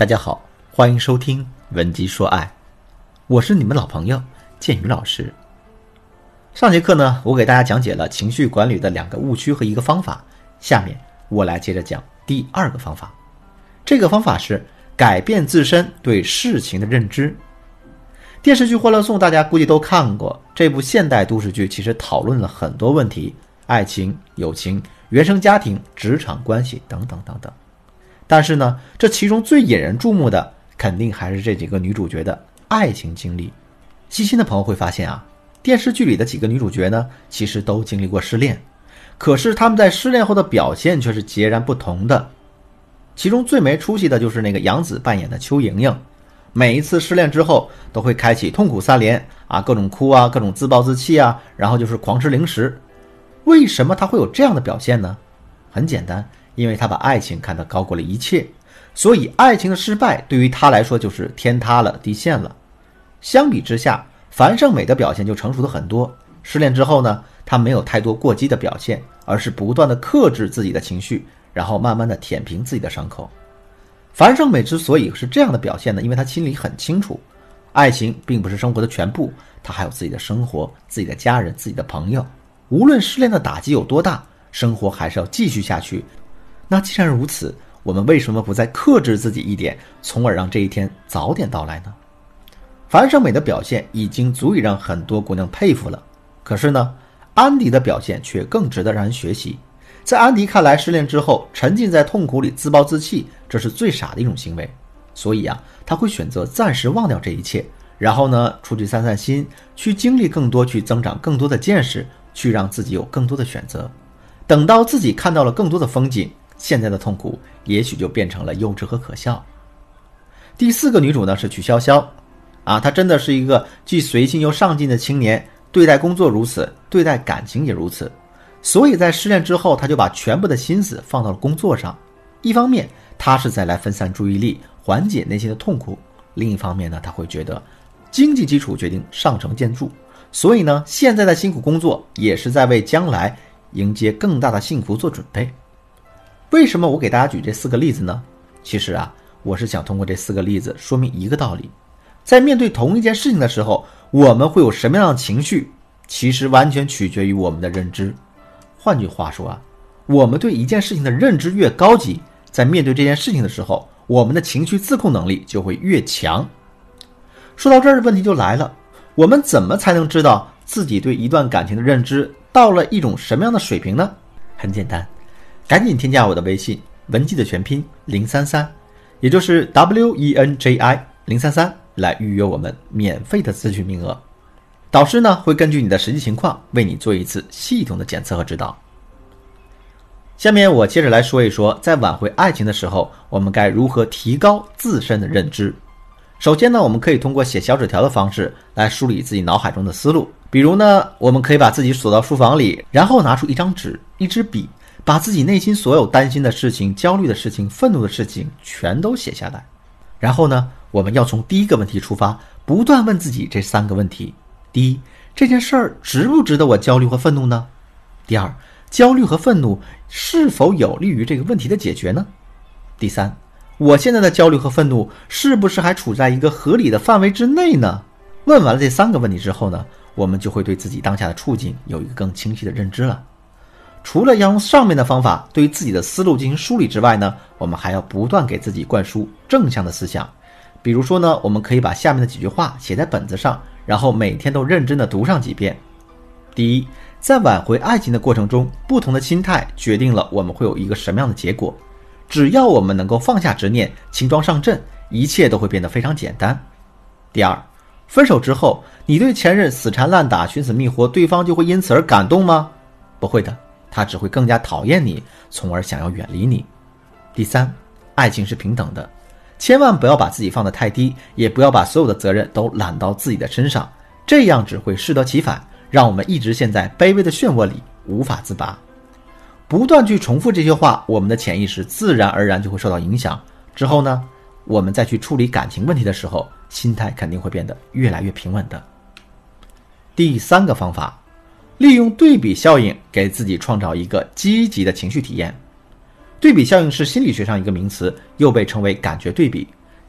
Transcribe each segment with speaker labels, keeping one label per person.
Speaker 1: 大家好，欢迎收听文姬说爱，我是你们老朋友建宇老师。上节课呢，我给大家讲解了情绪管理的2个误区和1个方法，下面我来接着讲第2个方法。这个方法是改变自身对事情的认知。电视剧《欢乐颂》大家估计都看过，这部现代都市剧其实讨论了很多问题，爱情、友情、原生家庭、职场关系等等等等。但是呢，这其中最引人注目的肯定还是这几个女主角的爱情经历。细心的朋友会发现啊，电视剧里的几个女主角呢，其实都经历过失恋，可是她们在失恋后的表现却是截然不同的。其中最没出息的就是那个杨紫扮演的邱莹莹，每一次失恋之后都会开启痛苦3连啊，各种哭啊，各种自暴自弃啊，然后就是狂吃零食。为什么她会有这样的表现呢？很简单，因为她把爱情看得高过了一切，所以爱情的失败对于她来说就是天塌了，地陷了。相比之下，樊胜美的表现就成熟的很多。失恋之后呢，她没有太多过激的表现，而是不断的克制自己的情绪，然后慢慢的舔平自己的伤口。樊胜美之所以是这样的表现呢，因为她心里很清楚，爱情并不是生活的全部，她还有自己的生活、自己的家人、自己的朋友。无论失恋的打击有多大，生活还是要继续下去。那既然如此，我们为什么不再克制自己一点，从而让这一天早点到来呢？樊胜美的表现已经足以让很多姑娘佩服了，可是呢，安迪的表现却更值得让人学习。在安迪看来，失恋之后沉浸在痛苦里自暴自弃，这是最傻的一种行为。所以啊，他会选择暂时忘掉这一切，然后呢，出去散散心，去经历更多，去增长更多的见识，去让自己有更多的选择。等到自己看到了更多的风景，现在的痛苦也许就变成了幼稚和可笑。第4个女主呢是曲筱绡啊，她真的是一个既随性又上进的青年，对待工作如此，对待感情也如此。所以在失恋之后，她就把全部的心思放到了工作上。一方面，她是在来分散注意力，缓解内心的痛苦；另一方面呢，她会觉得经济基础决定上层建筑，所以呢，现在的辛苦工作也是在为将来迎接更大的幸福做准备。为什么我给大家举这4个例子呢？其实啊，我是想通过这4个例子说明一个道理，在面对同一件事情的时候，我们会有什么样的情绪，其实完全取决于我们的认知。换句话说啊，我们对一件事情的认知越高级，在面对这件事情的时候，我们的情绪自控能力就会越强。说到这儿，问题就来了，我们怎么才能知道自己对一段感情的认知到了一种什么样的水平呢？很简单，赶紧添加我的微信文姬的全拼033，也就是 WENJI 033，来预约我们免费的咨询名额。导师呢会根据你的实际情况为你做一次系统的检测和指导。下面我接着来说一说，在挽回爱情的时候，我们该如何提高自身的认知。首先呢，我们可以通过写小纸条的方式来梳理自己脑海中的思路。比如呢，我们可以把自己锁到书房里，然后拿出一张纸、一支笔，把自己内心所有担心的事情、焦虑的事情、愤怒的事情全都写下来。然后呢，我们要从第1个问题出发，不断问自己这3个问题。第一，这件事儿值不值得我焦虑和愤怒呢？第二，焦虑和愤怒是否有利于这个问题的解决呢？第三，我现在的焦虑和愤怒是不是还处在一个合理的范围之内呢？问完了这3个问题之后呢，我们就会对自己当下的处境有一个更清晰的认知了。除了要用上面的方法对自己的思路进行梳理之外呢，我们还要不断给自己灌输正向的思想。比如说呢，我们可以把下面的几句话写在本子上，然后每天都认真的读上几遍。第一，在挽回爱情的过程中，不同的心态决定了我们会有一个什么样的结果。只要我们能够放下执念，轻装上阵，一切都会变得非常简单。第二，分手之后，你对前任死缠烂打、寻死觅活，对方就会因此而感动吗？不会的，他只会更加讨厌你，从而想要远离你。第三，爱情是平等的，千万不要把自己放得太低，也不要把所有的责任都揽到自己的身上，这样只会适得其反，让我们一直陷在卑微的漩涡里无法自拔。不断去重复这些话，我们的潜意识自然而然就会受到影响。之后呢，我们再去处理感情问题的时候，心态肯定会变得越来越平稳的。第3个方法，利用对比效应给自己创造一个积极的情绪体验。对比效应是心理学上一个名词，又被称为感觉对比。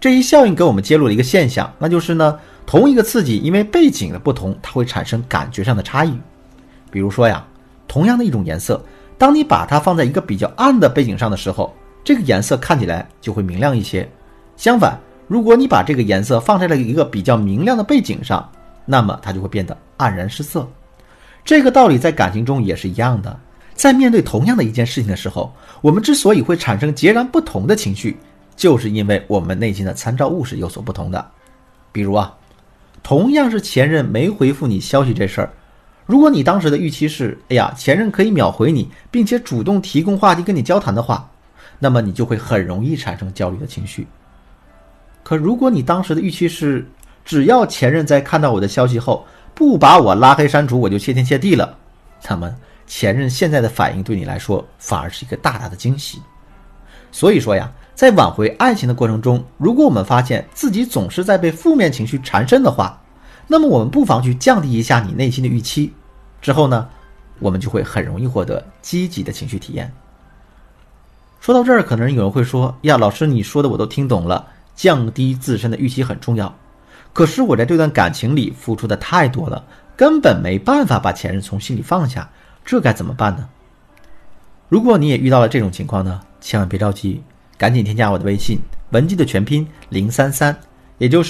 Speaker 1: 这一效应给我们揭露了一个现象，那就是呢，同一个刺激因为背景的不同，它会产生感觉上的差异。比如说呀，同样的一种颜色，当你把它放在一个比较暗的背景上的时候，这个颜色看起来就会明亮一些。相反，如果你把这个颜色放在了一个比较明亮的背景上，那么它就会变得黯然失色。这个道理在感情中也是一样的，在面对同样的一件事情的时候，我们之所以会产生截然不同的情绪，就是因为我们内心的参照物是有所不同的。比如啊，同样是前任没回复你消息这事儿，如果你当时的预期是，前任可以秒回你，并且主动提供话题跟你交谈的话，那么你就会很容易产生焦虑的情绪。可如果你当时的预期是，只要前任在看到我的消息后不把我拉黑删除，我就谢天谢地了，那么前任现在的反应对你来说反而是一个大大的惊喜。所以说呀，在挽回爱情的过程中，如果我们发现自己总是在被负面情绪缠身的话，那么我们不妨去降低一下你内心的预期，之后呢，我们就会很容易获得积极的情绪体验。说到这儿，可能有人会说，老师你说的我都听懂了，降低自身的预期很重要，可是我在这段感情里付出的太多了，根本没办法把前任从心里放下，这该怎么办呢？如果你也遇到了这种情况呢，千万别着急，赶紧添加我的微信文姬的全拼033，也就是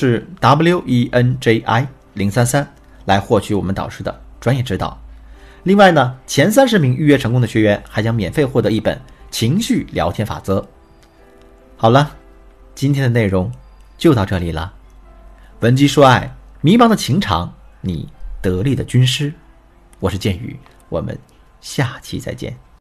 Speaker 1: WENJI033，来获取我们导师的专业指导。另外呢，前30名预约成功的学员还将免费获得一本情绪聊天法则。好了，今天的内容就到这里了。文姬说爱，迷茫的情场，你得力的军师。我是剑宇，我们下期再见。